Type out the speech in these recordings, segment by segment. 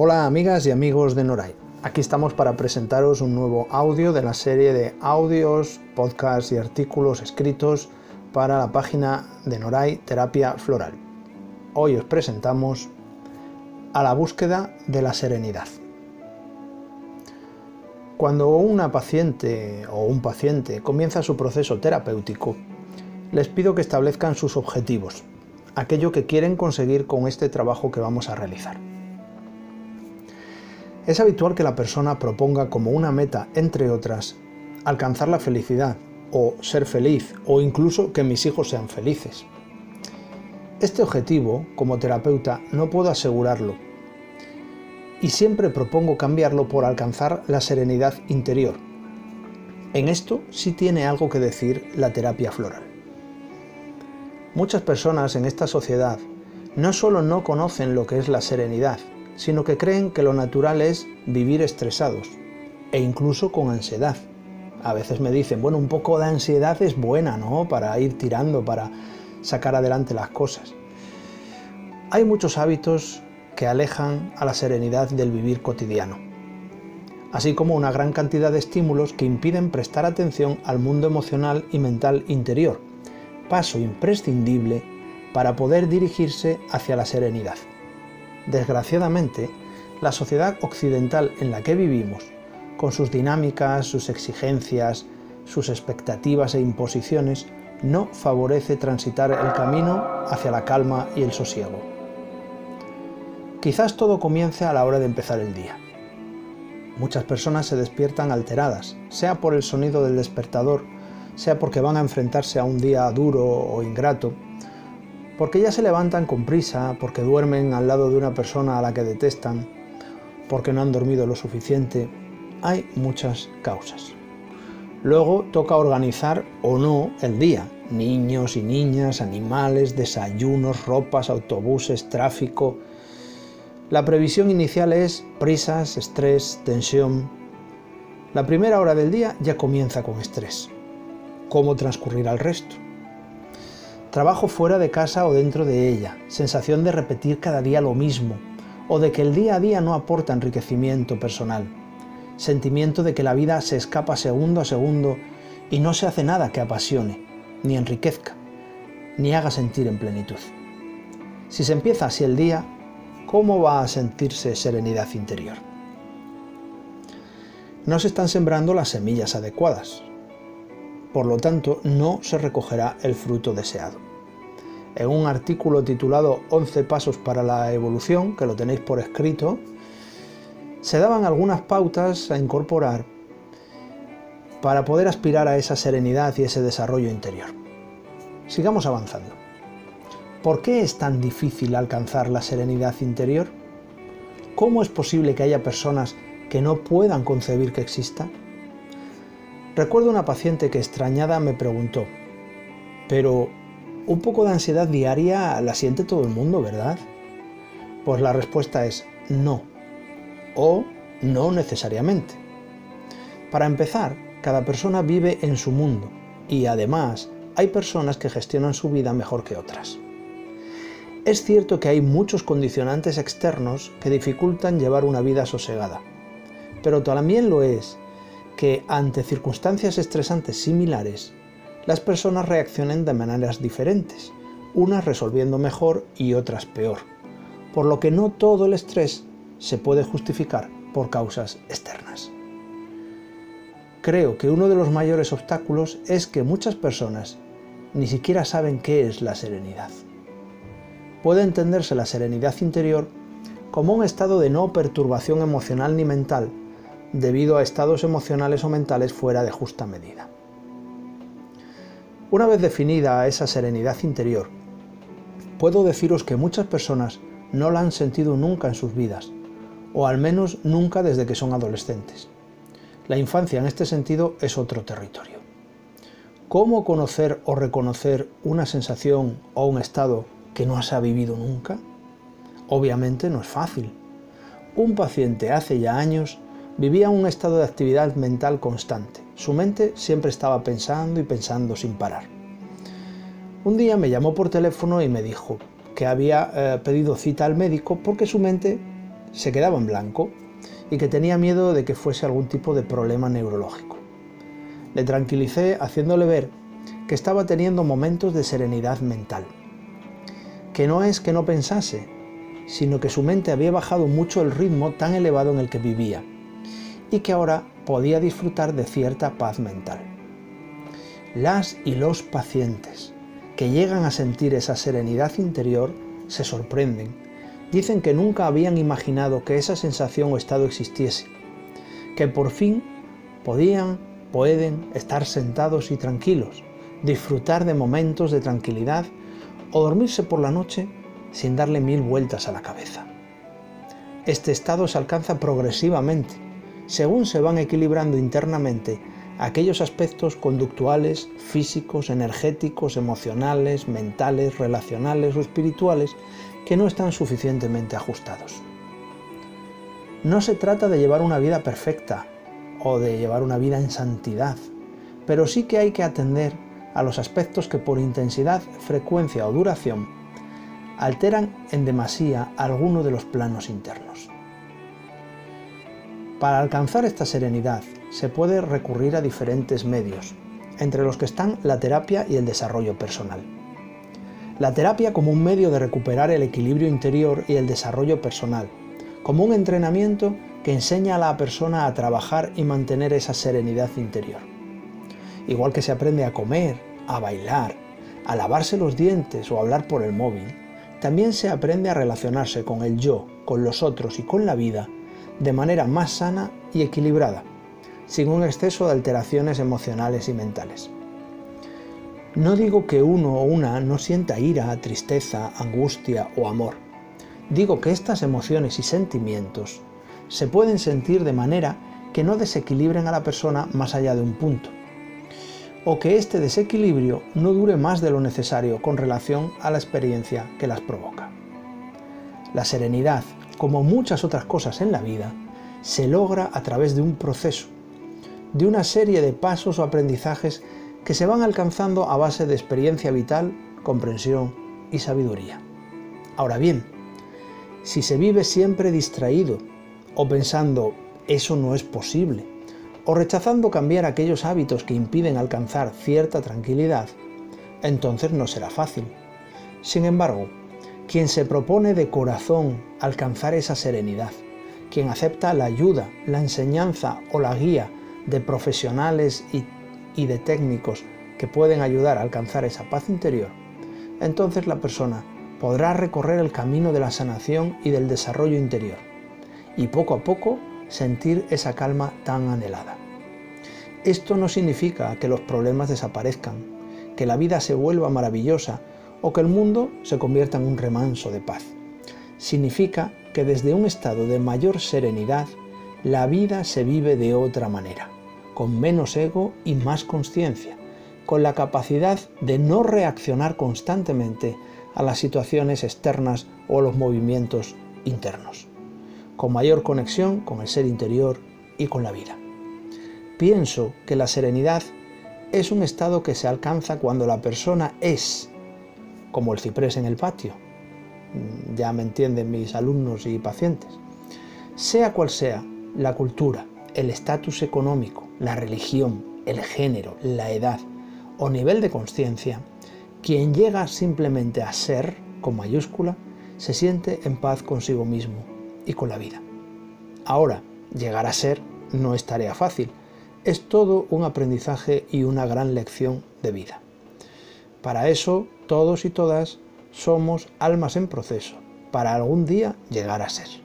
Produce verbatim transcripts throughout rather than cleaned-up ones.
Hola amigas y amigos de Noray. Aquí estamos para presentaros un nuevo audio de la serie de audios, podcasts y artículos escritos para la página de Noray Terapia Floral. Hoy os presentamos A la búsqueda de la serenidad. Cuando una paciente o un paciente comienza su proceso terapéutico, les pido que establezcan sus objetivos, aquello que quieren conseguir con este trabajo que vamos a realizar. Es habitual que la persona proponga como una meta, entre otras, alcanzar la felicidad, o ser feliz, o incluso que mis hijos sean felices. Este objetivo, como terapeuta, no puedo asegurarlo, y siempre propongo cambiarlo por alcanzar la serenidad interior. En esto sí tiene algo que decir la terapia floral. Muchas personas en esta sociedad no solo no conocen lo que es la serenidad, sino que creen que lo natural es vivir estresados e incluso con ansiedad. A veces me dicen, bueno, un poco de ansiedad es buena, ¿no? Para ir tirando, para sacar adelante las cosas. Hay muchos hábitos que alejan a la serenidad del vivir cotidiano, así como una gran cantidad de estímulos que impiden prestar atención al mundo emocional y mental interior, paso imprescindible para poder dirigirse hacia la serenidad. Desgraciadamente, la sociedad occidental en la que vivimos, con sus dinámicas, sus exigencias, sus expectativas e imposiciones, no favorece transitar el camino hacia la calma y el sosiego. Quizás todo comience a la hora de empezar el día. Muchas personas se despiertan alteradas, sea por el sonido del despertador, sea porque van a enfrentarse a un día duro o ingrato, porque ya se levantan con prisa, porque duermen al lado de una persona a la que detestan, porque no han dormido lo suficiente. Hay muchas causas. Luego toca organizar o no el día. Niños y niñas, animales, desayunos, ropas, autobuses, tráfico. La previsión inicial es prisas, estrés, tensión. La primera hora del día ya comienza con estrés. ¿Cómo transcurrirá el resto? Trabajo fuera de casa o dentro de ella, sensación de repetir cada día lo mismo, o de que el día a día no aporta enriquecimiento personal, sentimiento de que la vida se escapa segundo a segundo y no se hace nada que apasione, ni enriquezca, ni haga sentir en plenitud. Si se empieza así el día, ¿cómo va a sentirse serenidad interior? No se están sembrando las semillas adecuadas. Por lo tanto, no se recogerá el fruto deseado. En un artículo titulado once pasos para la evolución, que lo tenéis por escrito, se daban algunas pautas a incorporar para poder aspirar a esa serenidad y ese desarrollo interior. Sigamos avanzando. ¿Por qué es tan difícil alcanzar la serenidad interior? ¿Cómo es posible que haya personas que no puedan concebir que exista? Recuerdo una paciente que extrañada me preguntó, pero un poco de ansiedad diaria la siente todo el mundo, ¿verdad? Pues la respuesta es no, o no necesariamente. Para empezar, cada persona vive en su mundo y además hay personas que gestionan su vida mejor que otras. Es cierto que hay muchos condicionantes externos que dificultan llevar una vida sosegada, pero también lo es que ante circunstancias estresantes similares, las personas reaccionen de maneras diferentes, unas resolviendo mejor y otras peor, por lo que no todo el estrés se puede justificar por causas externas. Creo que uno de los mayores obstáculos es que muchas personas ni siquiera saben qué es la serenidad. Puede entenderse la serenidad interior como un estado de no perturbación emocional ni mental, debido a estados emocionales o mentales fuera de justa medida. Una vez definida esa serenidad interior, puedo deciros que muchas personas no la han sentido nunca en sus vidas, o al menos nunca desde que son adolescentes. La infancia en este sentido es otro territorio. ¿Cómo conocer o reconocer una sensación o un estado que no se ha vivido nunca? Obviamente no es fácil. Un paciente hace ya años vivía un estado de actividad mental constante. Su mente siempre estaba pensando y pensando sin parar. Un día me llamó por teléfono y me dijo que había eh, pedido cita al médico porque su mente se quedaba en blanco y que tenía miedo de que fuese algún tipo de problema neurológico. Le tranquilicé haciéndole ver que estaba teniendo momentos de serenidad mental, que no es que no pensase, sino que su mente había bajado mucho el ritmo tan elevado en el que vivía y que ahora podía disfrutar de cierta paz mental. Las y los pacientes que llegan a sentir esa serenidad interior se sorprenden. Dicen que nunca habían imaginado que esa sensación o estado existiese, que por fin podían, pueden estar sentados y tranquilos, disfrutar de momentos de tranquilidad o dormirse por la noche sin darle mil vueltas a la cabeza. Este estado se alcanza progresivamente, según se van equilibrando internamente aquellos aspectos conductuales, físicos, energéticos, emocionales, mentales, relacionales o espirituales que no están suficientemente ajustados. No se trata de llevar una vida perfecta o de llevar una vida en santidad, pero sí que hay que atender a los aspectos que por intensidad, frecuencia o duración alteran en demasía alguno de los planos internos. Para alcanzar esta serenidad se puede recurrir a diferentes medios, entre los que están la terapia y el desarrollo personal. La terapia como un medio de recuperar el equilibrio interior y el desarrollo personal, como un entrenamiento que enseña a la persona a trabajar y mantener esa serenidad interior. Igual que se aprende a comer, a bailar, a lavarse los dientes o a hablar por el móvil, también se aprende a relacionarse con el yo, con los otros y con la vida de manera más sana y equilibrada, sin un exceso de alteraciones emocionales y mentales. No digo que uno o una no sienta ira, tristeza, angustia o amor. Digo que estas emociones y sentimientos se pueden sentir de manera que no desequilibren a la persona más allá de un punto, o que este desequilibrio no dure más de lo necesario con relación a la experiencia que las provoca. La serenidad, como muchas otras cosas en la vida, se logra a través de un proceso, de una serie de pasos o aprendizajes que se van alcanzando a base de experiencia vital, comprensión y sabiduría. Ahora bien, si se vive siempre distraído o pensando eso no es posible, o rechazando cambiar aquellos hábitos que impiden alcanzar cierta tranquilidad, entonces no será fácil. Sin embargo, quien se propone de corazón alcanzar esa serenidad, quien acepta la ayuda, la enseñanza o la guía de profesionales y, y de técnicos que pueden ayudar a alcanzar esa paz interior, entonces la persona podrá recorrer el camino de la sanación y del desarrollo interior, y poco a poco sentir esa calma tan anhelada. Esto no significa que los problemas desaparezcan, que la vida se vuelva maravillosa o que el mundo se convierta en un remanso de paz. Significa que desde un estado de mayor serenidad, la vida se vive de otra manera, con menos ego y más consciencia, con la capacidad de no reaccionar constantemente a las situaciones externas o los movimientos internos, con mayor conexión con el ser interior y con la vida. Pienso que la serenidad es un estado que se alcanza cuando la persona es, como el ciprés en el patio, ya me entienden mis alumnos y pacientes, sea cual sea la cultura, el estatus económico, la religión, el género, la edad o nivel de consciencia, quien llega simplemente a ser, con mayúscula, se siente en paz consigo mismo y con la vida. Ahora, llegar a ser no es tarea fácil, es todo un aprendizaje y una gran lección de vida. Para eso, todos y todas somos almas en proceso, para algún día llegar a ser.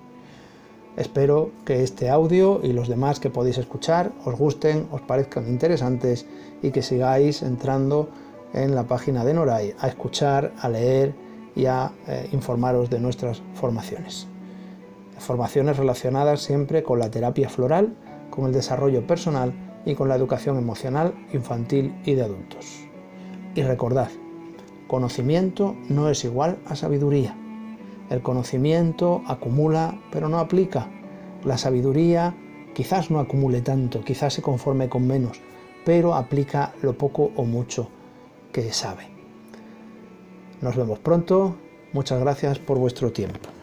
Espero que este audio y los demás que podéis escuchar os gusten, os parezcan interesantes y que sigáis entrando en la página de Noray a escuchar, a leer y a eh, informaros de nuestras formaciones. Formaciones relacionadas siempre con la terapia floral, con el desarrollo personal y con la educación emocional, infantil y de adultos. Y recordad, conocimiento no es igual a sabiduría. El conocimiento acumula, pero no aplica. La sabiduría quizás no acumule tanto, quizás se conforme con menos, pero aplica lo poco o mucho que sabe. Nos vemos pronto. Muchas gracias por vuestro tiempo.